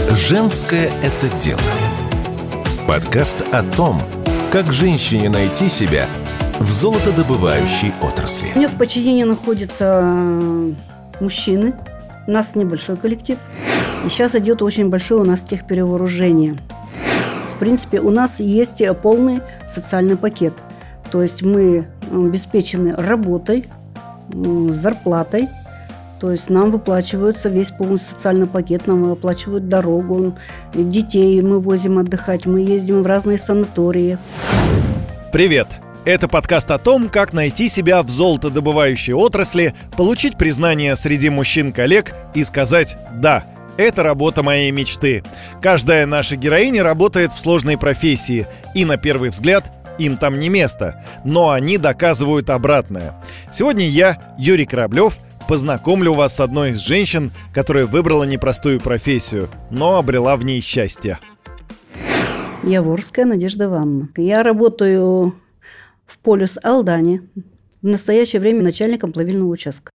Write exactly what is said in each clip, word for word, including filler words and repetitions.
Женское это дело. Подкаст о том, как женщине найти себя в золотодобывающей отрасли. У меня в подчинении находятся мужчины. У нас небольшой коллектив. И сейчас идет очень большое у нас техперевооружение. В принципе, у нас есть полный социальный пакет. То есть мы обеспечены работой, зарплатой. То есть нам выплачивается весь полный социальный пакет, нам выплачивают дорогу, детей мы возим отдыхать, мы ездим в разные санатории. Привет! Это подкаст о том, как найти себя в золотодобывающей отрасли, получить признание среди мужчин-коллег и сказать «да». Это работа моей мечты. Каждая наша героиня работает в сложной профессии, и на первый взгляд им там не место, но они доказывают обратное. Сегодня я, Юрий Кораблев, познакомлю вас с одной из женщин, которая выбрала непростую профессию, но обрела в ней счастье. Яворская Надежда Ивановна. Я работаю в Полюс Алдане, в настоящее время начальником плавильного участка.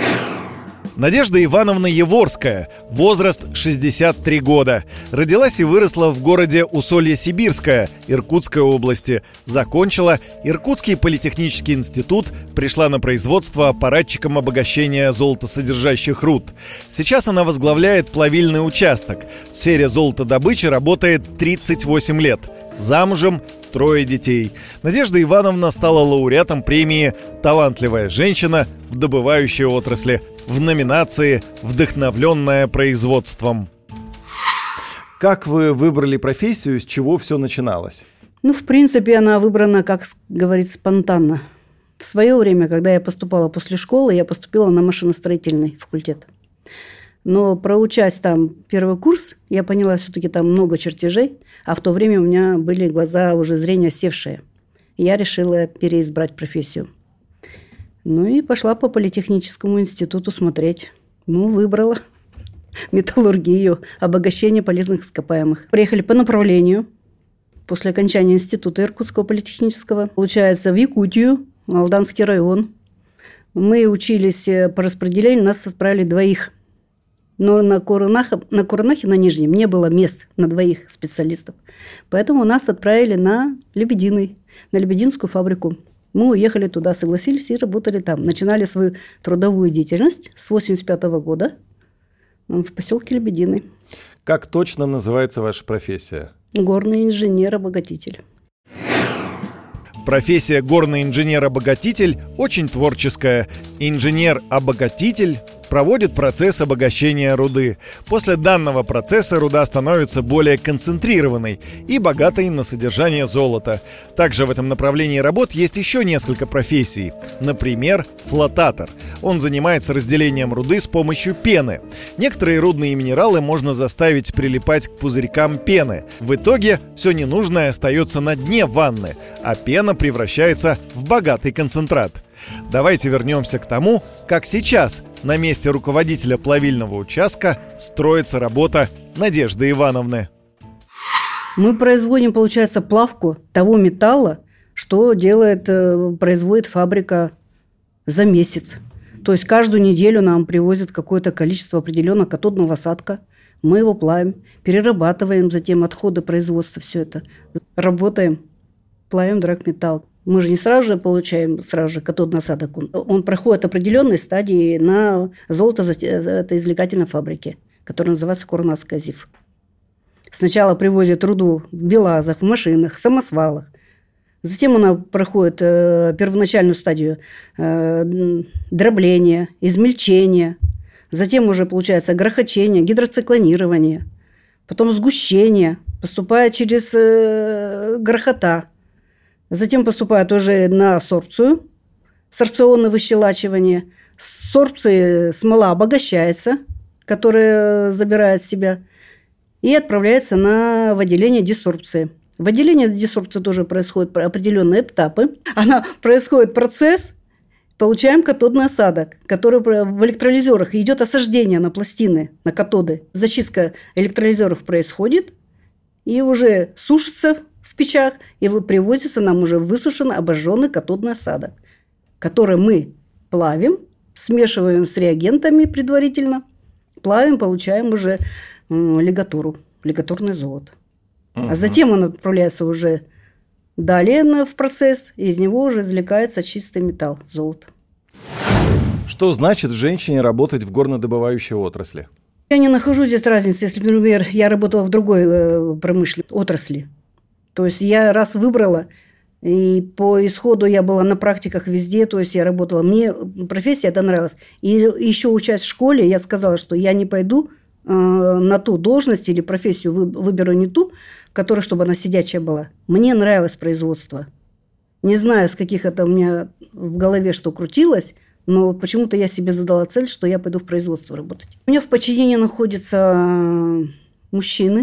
Надежда Ивановна Яворская, возраст шестьдесят три года. Родилась и выросла в городе Усолье-Сибирское, Иркутской области. Закончила Иркутский политехнический институт, пришла на производство аппаратчиком обогащения золотосодержащих руд. Сейчас она возглавляет плавильный участок. В сфере золотодобычи работает тридцать восемь лет. Замужем, трое детей. Надежда Ивановна стала лауреатом премии «Талантливая женщина в добывающей отрасли» в номинации «Вдохновленная производством». Как вы выбрали профессию, с чего все начиналось? Ну, в принципе, она выбрана, как говорится, спонтанно. В свое время, когда я поступала после школы, я поступила на машиностроительный факультет. Но проучась там первый курс, я поняла, все-таки там много чертежей, а в то время у меня были глаза уже зрение севшее. И я решила переизбрать профессию. Ну и пошла по политехническому институту смотреть. Ну, выбрала металлургию, обогащение полезных ископаемых. Приехали по направлению после окончания института Иркутского политехнического. Получается, в Якутию, Алданский район. Мы учились по распределению, нас отправили двоих. Но на Курынахе, на Курынахе, на Нижнем, не было мест на двоих специалистов. Поэтому нас отправили на Лебединый, на Лебединскую фабрику. Мы уехали туда, согласились и работали там. Начинали свою трудовую деятельность с восемьдесят пятого года в поселке Лебединый. Как точно называется ваша профессия? Горный инженер-обогатитель. Профессия горный инженер-обогатитель очень творческая. Инженер-обогатитель проводит процесс обогащения руды. После данного процесса руда становится более концентрированной и богатой на содержание золота. Также в этом направлении работ есть еще несколько профессий. Например, флотатор. Он занимается разделением руды с помощью пены. Некоторые рудные минералы можно заставить прилипать к пузырькам пены. В итоге все ненужное остается на дне ванны, а пена превращается в богатый концентрат. Давайте вернемся к тому, как сейчас на месте руководителя плавильного участка строится работа Надежды Ивановны. Мы производим, получается, плавку того металла, что делает, производит фабрика за месяц. То есть каждую неделю нам привозят какое-то количество определенного катодного осадка. Мы его плавим, перерабатываем, затем отходы производства, все это. Работаем, плавим драгметалл. Мы же не сразу же получаем сразу же катодный осадок. Он, он проходит определенные стадии на золотоизвлекательной фабрике, которая называется Курнасская ЗИФ. Сначала привозят руду в белазах, в машинах, самосвалах. Затем она проходит э, первоначальную стадию э, дробления, измельчения. Затем уже получается грохочение, гидроциклонирование. Потом сгущение. Поступает через э, грохота. Затем поступает уже на сорбцию, сорбционное выщелачивание. С сорбции смола обогащается, которая забирает в себя, и отправляется на выделение десорбции. В отделении десорбции тоже происходят определенные этапы. Она происходит процесс, получаем катодный осадок, который в электролизерах идет осаждение на пластины, на катоды. Зачистка электролизеров происходит и уже сушится в печах, и привозится нам уже высушенный, обожженный катодный осадок, который мы плавим, смешиваем с реагентами предварительно плавим, получаем уже лигатуру, лигатурное золото. Угу. А затем он отправляется уже далее в процесс, и из него уже извлекается чистый металл, золото. Что значит женщине работать в горнодобывающей отрасли? Я не нахожу здесь разницы, если, например, я работала в другой э, промышленной отрасли. То есть я раз выбрала, и по исходу я была на практиках везде, то есть я работала. Мне профессия эта нравилась. И еще учась в школе, я сказала, что я не пойду э, на ту должность или профессию, вы, выберу не ту, которая, чтобы она сидячая была. Мне нравилось производство. Не знаю, с каких это у меня в голове что крутилось, но почему-то я себе задала цель, что я пойду в производство работать. У меня в подчинении находятся мужчины.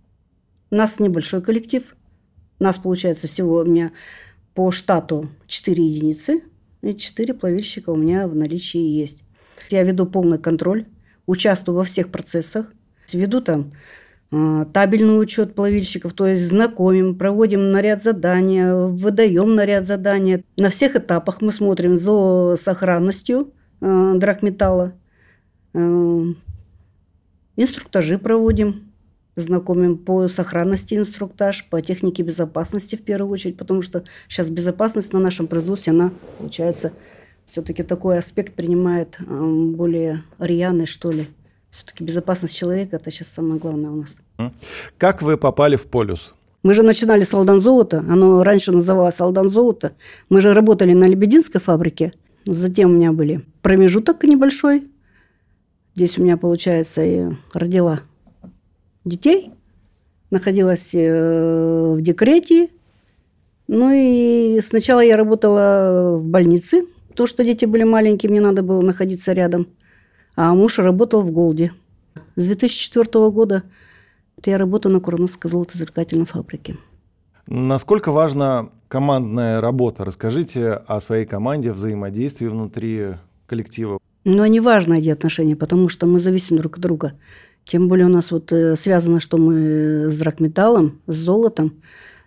У нас небольшой коллектив. У нас, получается, всего у меня по штату четыре единицы. И четыре плавильщика у меня в наличии есть. Я веду полный контроль, участвую во всех процессах. Веду там табельный учет плавильщиков, то есть знакомим, проводим наряд задания, выдаем наряд задания. На всех этапах мы смотрим за сохранностью э, драгметалла. Э, инструктажи проводим, знакомим по сохранности инструктаж, по технике безопасности в первую очередь, потому что сейчас безопасность на нашем производстве, она, получается, все-таки такой аспект принимает э, более рьяный, что ли. Все-таки безопасность человека – это сейчас самое главное у нас. Как вы попали в полюс? Мы же начинали с Алдан-золота. Оно раньше называлось Алдан-золото. Мы же работали на Лебединской фабрике. Затем у меня были промежуток небольшой. Здесь у меня, получается, я родила детей. Находилась в декрете. Ну и сначала я работала в больнице. Потому что дети были маленькие, мне надо было находиться рядом. А муж работал в Голде. С две тысячи четвёртого года я работаю на Курановской золотоизвлекательной фабрике. Насколько важна командная работа? Расскажите о своей команде, взаимодействии внутри коллектива. Ну, они важны, эти отношения, потому что мы зависим друг от друга. Тем более у нас вот связано, что мы с драгметаллом, с золотом,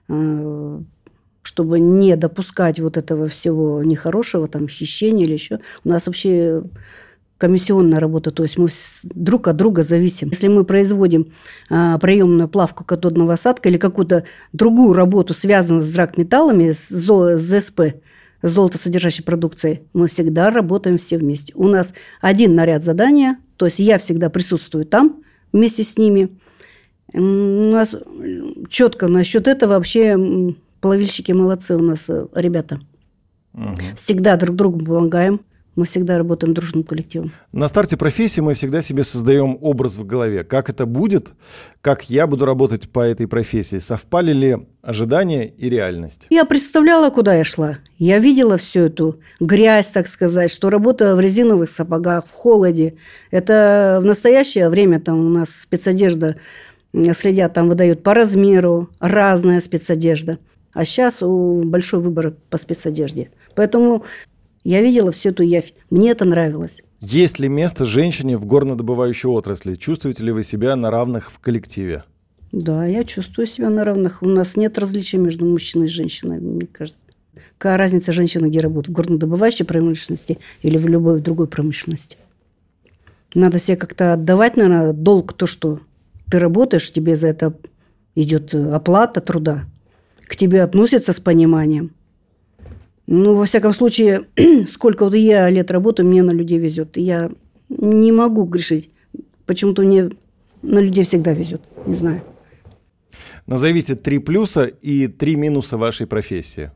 чтобы не допускать вот этого всего нехорошего, там, хищения или еще. У нас вообще комиссионная работа, то есть мы друг от друга зависим. Если мы производим а, приемную плавку катодного осадка или какую-то другую работу, связанную с драгметаллами, с, зо, с ЗСП, с золотосодержащей продукцией, мы всегда работаем все вместе. У нас один наряд задания, то есть я всегда присутствую там вместе с ними. У нас четко насчет этого вообще плавильщики молодцы у нас ребята. Угу. Всегда друг другу помогаем. Мы всегда работаем дружным коллективом. На старте профессии мы всегда себе создаем образ в голове. Как это будет, как я буду работать по этой профессии. Совпали ли ожидания и реальность? Я представляла, куда я шла. Я видела всю эту грязь, так сказать, что работа в резиновых сапогах, в холоде. Это в настоящее время там у нас спецодежда, следят, там выдают по размеру, разная спецодежда. А сейчас большой выбор по спецодежде. Поэтому я видела всю эту явь. Мне это нравилось. Есть ли место женщине в горнодобывающей отрасли? Чувствуете ли вы себя на равных в коллективе? Да, я чувствую себя на равных. У нас нет различий между мужчиной и женщиной, мне кажется. Какая разница, женщина где работает? В горнодобывающей промышленности или в любой другой промышленности? Надо себе как-то отдавать, наверное, долг, то, что ты работаешь, тебе за это идет оплата труда. К тебе относятся с пониманием. Ну, во всяком случае, сколько вот я лет работаю, мне на людей везет. Я не могу грешить. Почему-то мне на людей всегда везет. Не знаю. Назовите три плюса и три минуса вашей профессии.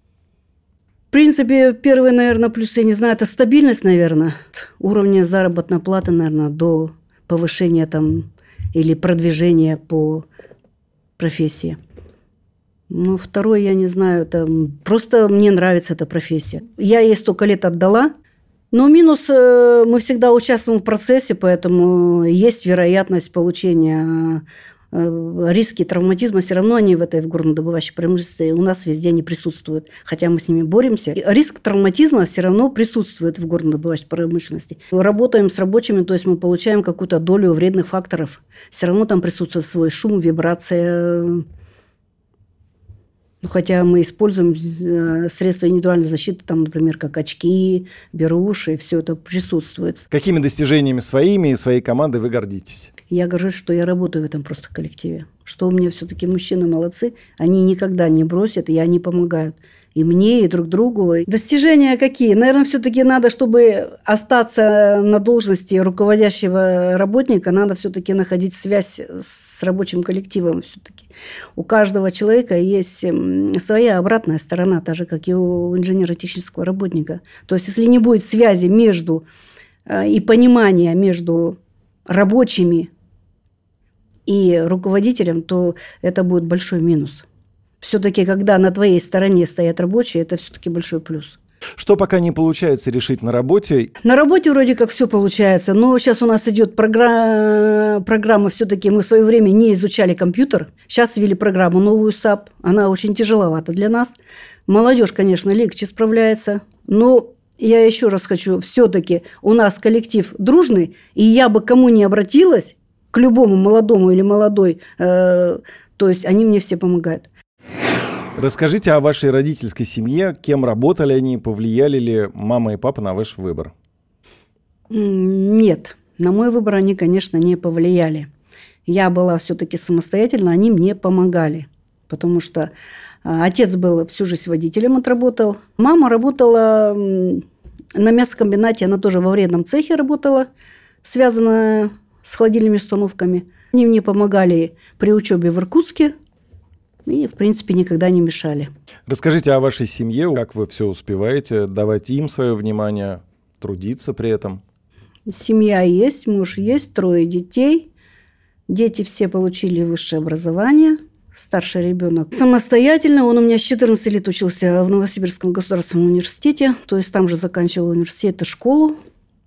В принципе, первый, наверное, плюс, я не знаю, это стабильность, наверное. Уровня заработной платы, наверное, до повышения там или продвижения по профессии. Ну, второе, я не знаю, это просто мне нравится эта профессия. Я ей столько лет отдала. Но минус, мы всегда участвуем в процессе, поэтому есть вероятность получения риски травматизма. Все равно они в этой в горнодобывающей промышленности у нас везде не присутствуют. Хотя мы с ними боремся. Риск травматизма все равно присутствует в горнодобывающей промышленности. Работаем с рабочими, то есть мы получаем какую-то долю вредных факторов. Все равно там присутствует свой шум, вибрация. Хотя мы используем средства индивидуальной защиты, там, например, как очки, беруши, все это присутствует. Какими достижениями своими и своей команды вы гордитесь? Я горжусь, что я работаю в этом просто коллективе. Что у меня все-таки мужчины молодцы. Они никогда не бросят, и они помогают. И мне, и друг другу. Достижения какие? Наверное, все-таки надо, чтобы остаться на должности руководящего работника, надо все-таки находить связь с рабочим коллективом. Все-таки. У каждого человека есть своя обратная сторона, так же, как и у инженера-технического работника. То есть, если не будет связи между и понимания между рабочими и руководителем, то это будет большой минус. Все-таки, когда на твоей стороне стоят рабочие, это все-таки большой плюс. Что пока не получается решить на работе? На работе вроде как все получается, но сейчас у нас идет программа, программа все-таки мы в свое время не изучали компьютер. Сейчас ввели программу новую САП, она очень тяжеловата для нас. Молодежь, конечно, легче справляется, но я еще раз хочу, все-таки у нас коллектив дружный, и я бы кому ни обратилась, к любому молодому или молодой, э, то есть они мне все помогают. Расскажите о вашей родительской семье, кем работали они, повлияли ли мама и папа на ваш выбор? Нет, на мой выбор они, конечно, не повлияли. Я была все-таки самостоятельна, они мне помогали, потому что отец был всю жизнь водителем, отработал. Мама работала на мясокомбинате, она тоже во вредном цехе работала, связанная с холодильными установками. Они мне помогали при учебе в Иркутске и, в принципе, никогда не мешали. Расскажите о вашей семье, как вы все успеваете, давать им свое внимание, трудиться при этом. Семья есть, муж есть, трое детей. Дети все получили высшее образование. Старший ребенок самостоятельно. Он у меня с четырнадцати лет учился в Новосибирском государственном университете. То есть там же заканчивал университет и школу.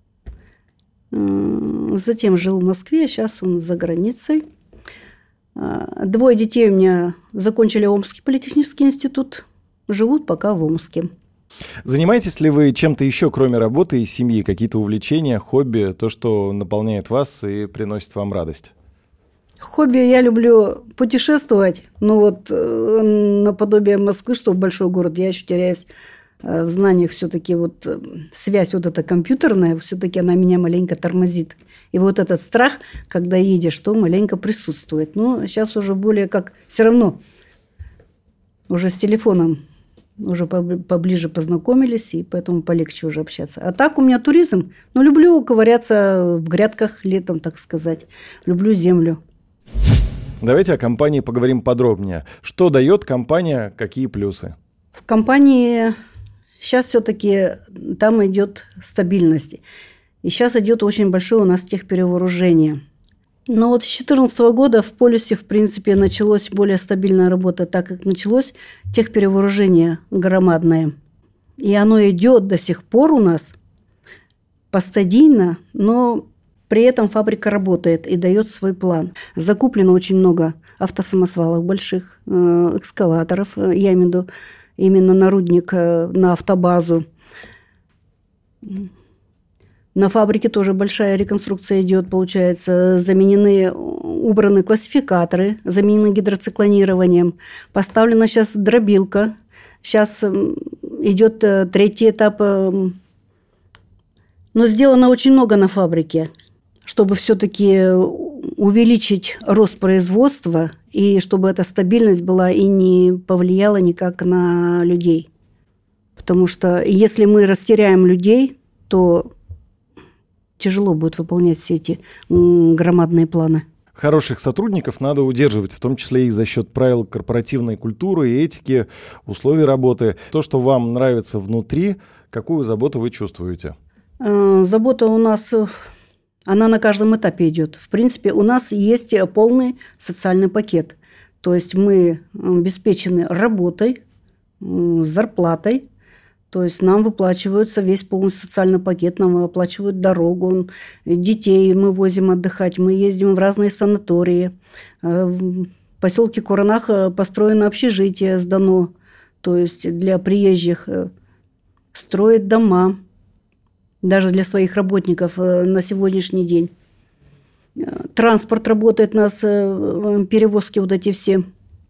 Затем жил в Москве, а сейчас он за границей. Двое детей у меня закончили Омский политехнический институт. Живут пока в Омске. Занимаетесь ли вы чем-то еще, кроме работы и семьи? Какие-то увлечения, хобби, то, что наполняет вас и приносит вам радость? Хобби я люблю путешествовать. Ну вот наподобие Москвы, что большой город, я еще теряюсь в знаниях. Все-таки вот связь вот эта компьютерная, все-таки она меня маленько тормозит. И вот этот страх, когда едешь, что маленько присутствует. Но сейчас уже более как... Все равно уже с телефоном уже поближе познакомились, и поэтому полегче уже общаться. А так у меня туризм. Но люблю ковыряться в грядках летом, так сказать. Люблю землю. Давайте о компании поговорим подробнее. Что дает компания, какие плюсы? В компании сейчас все-таки там идет стабильность. И сейчас идет очень большое у нас техперевооружение. Но вот с две тысячи четырнадцатого года в полюсе, в принципе, началась более стабильная работа, так как началось техперевооружение громадное. И оно идет до сих пор у нас постадийно, но при этом фабрика работает и дает свой план. Закуплено очень много автосамосвалов больших, экскаваторов, я имею в виду именно на рудник, на автобазу. На фабрике тоже большая реконструкция идет, получается. Заменены, убраны классификаторы, заменены гидроциклонированием. Поставлена сейчас дробилка. Сейчас идет третий этап. Но сделано очень много на фабрике, чтобы все-таки увеличить рост производства и чтобы эта стабильность была и не повлияла никак на людей. Потому что если мы растеряем людей, то тяжело будет выполнять все эти громадные планы. Хороших сотрудников надо удерживать, в том числе и за счет правил корпоративной культуры и этики, условий работы. То, что вам нравится внутри, какую заботу вы чувствуете? Забота у нас, она на каждом этапе идет. В принципе, у нас есть полный социальный пакет. То есть мы обеспечены работой, зарплатой. То есть нам выплачивается весь полный социальный пакет, нам выплачивают дорогу, детей мы возим отдыхать, мы ездим в разные санатории. В поселке Куранах построено общежитие, сдано, то есть для приезжих, строят дома, даже для своих работников на сегодняшний день. Транспорт работает у нас, перевозки вот эти все.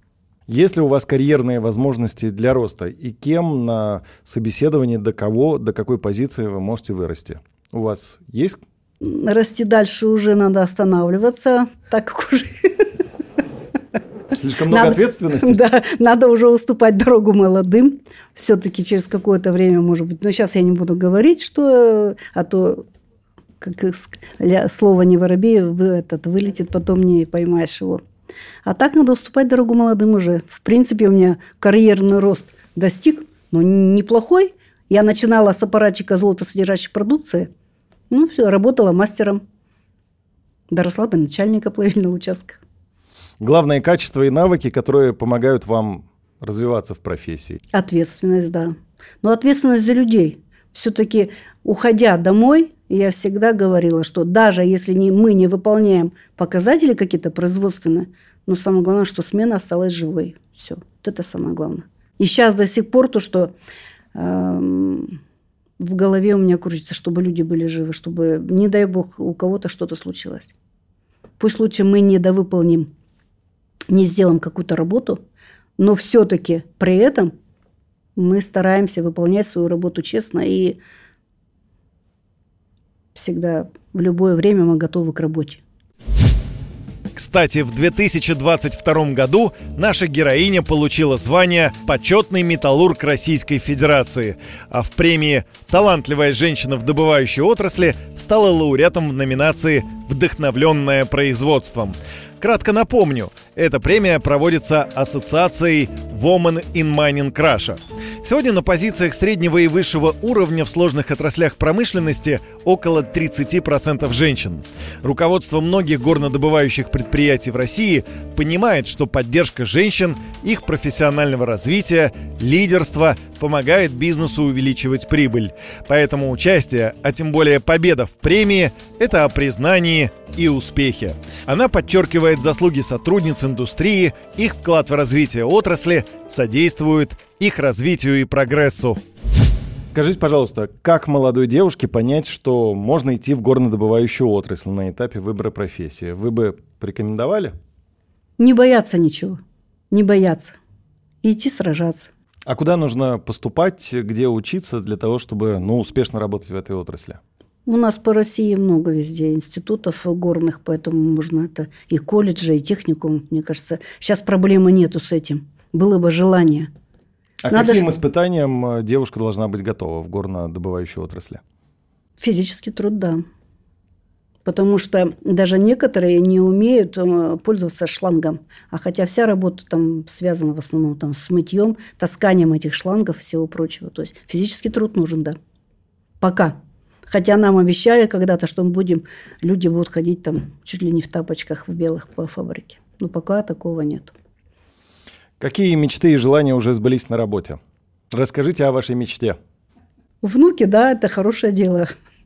Есть ли у вас карьерные возможности для роста? И кем на собеседовании, до кого, до какой позиции вы можете вырасти? У вас есть? Расти дальше уже надо останавливаться, так как уже... Слишком много надо, ответственности? Да, надо уже уступать дорогу молодым. Все-таки через какое-то время, может быть. Но сейчас я не буду говорить, что... А то, как слово «не воробей» вы, этот, вылетит, потом не поймаешь его. А так надо уступать дорогу молодым уже. В принципе, у меня карьерный рост достиг, но неплохой. Я начинала с аппаратчика золотосодержащей продукции. Ну, все, работала мастером. Доросла до начальника плавильного участка. Главные качества и навыки, которые помогают вам развиваться в профессии. Ответственность, да. Но ответственность за людей. Все-таки, уходя домой, я всегда говорила, что даже если не, мы не выполняем показатели какие-то производственные, но самое главное, что смена осталась живой. Все. Вот это самое главное. И сейчас до сих пор то, что э, в голове у меня крутится, чтобы люди были живы, чтобы, не дай бог, у кого-то что-то случилось. Пусть лучше мы недовыполним, не сделаем какую-то работу, но все-таки при этом мы стараемся выполнять свою работу честно, и всегда в любое время мы готовы к работе. Кстати, в две тысячи двадцать втором году наша героиня получила звание «Почетный металлург Российской Федерации», а в премии «Талантливая женщина в добывающей отрасли» стала лауреатом в номинации «Вдохновленная производством». Кратко напомню, эта премия проводится ассоциацией Women in Mining Russia. Сегодня на позициях среднего и высшего уровня в сложных отраслях промышленности около тридцать процентов женщин. Руководство многих горнодобывающих предприятий в России понимает, что поддержка женщин, их профессионального развития, лидерства помогает бизнесу увеличивать прибыль. Поэтому участие, а тем более победа в премии – это о признании и успехе. Она подчеркивает заслуги сотрудниц индустрии, их вклад в развитие отрасли, содействует их развитию и прогрессу. Скажите, пожалуйста, как молодой девушке понять, что можно идти в горнодобывающую отрасль на этапе выбора профессии? Вы бы порекомендовали? Не бояться ничего. Не бояться. И идти сражаться. А куда нужно поступать, где учиться для того, чтобы, ну, успешно работать в этой отрасли? У нас по России много везде институтов горных, поэтому можно это и колледжи, и техникум. Мне кажется, сейчас проблемы нету с этим. Было бы желание. А Надо каким ж... испытаниям девушка должна быть готова в горнодобывающей отрасли? Физический труд, да. Потому что даже некоторые не умеют пользоваться шлангом. А хотя вся работа там связана в основном там, с мытьем, тасканием этих шлангов и всего прочего. То есть физический труд нужен, да. Пока. Хотя нам обещали когда-то, что мы будем, люди будут ходить там чуть ли не в тапочках, в белых по фабрике. Но пока такого нет. Какие мечты и желания уже сбылись на работе? Расскажите о вашей мечте. Внуки, да, это хорошее дело.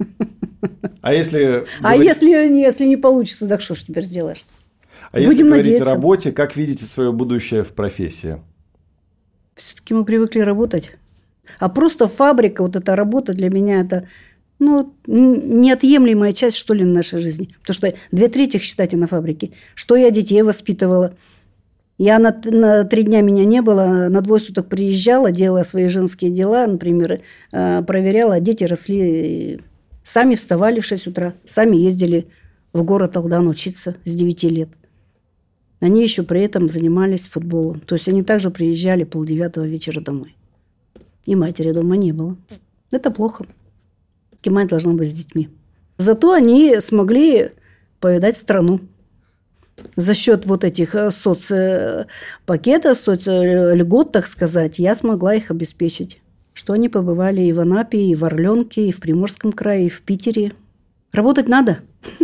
А если... А говорить... если, если не получится, так что ж теперь сделаешь? А Будем если говорить надеяться. О работе, как видите свое будущее в профессии? Все-таки мы привыкли работать. А просто фабрика, вот эта работа для меня это... Ну, неотъемлемая часть, что ли, нашей жизни. Потому что две трети, считайте, на фабрике. Что я детей воспитывала. Я на, на три дня меня не было, на двое суток приезжала, делала свои женские дела, например, проверяла, дети росли, сами вставали в шесть утра, сами ездили в город Алдан учиться с девяти лет. Они еще при этом занимались футболом. То есть они также приезжали полдевятого вечера домой. И матери дома не было. Это плохо. И мать должна быть с детьми. Зато они смогли повидать страну. За счет вот этих соцпакетов, соцльгот, так сказать, я смогла их обеспечить. Что они побывали и в Анапе, и в Орленке, и в Приморском крае, и в Питере. Работать надо.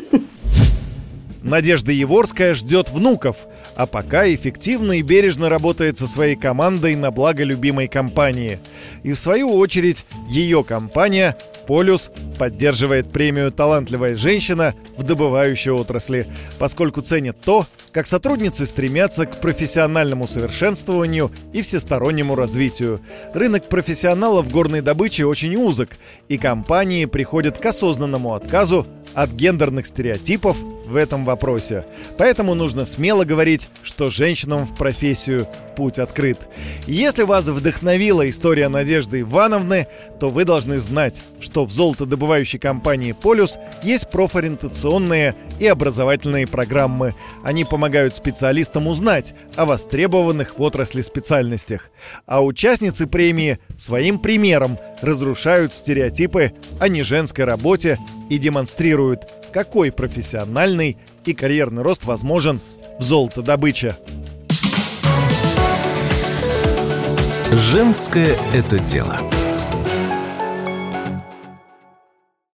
Надежда Яворская ждет внуков, а пока эффективно и бережно работает со своей командой на благо любимой компании. И в свою очередь ее компания «Полюс» поддерживает премию «Талантливая женщина» в добывающей отрасли, поскольку ценит то, как сотрудницы стремятся к профессиональному совершенствованию и всестороннему развитию. Рынок профессионалов в горной добыче очень узок, и компании приходят к осознанному отказу от гендерных стереотипов в этом вопросе. Поэтому нужно смело говорить, что женщинам в профессию путь открыт. И если вас вдохновила история Надежды Ивановны, то вы должны знать, что в золотодобывающей компании «Полюс» есть профориентационные и образовательные программы. Они помогают специалистам узнать о востребованных в отрасли специальностях. А участницы премии своим примером разрушают стереотипы о неженской работе и демонстрируют, какой профессиональный и карьерный рост возможен в золотодобыче. Женское это дело.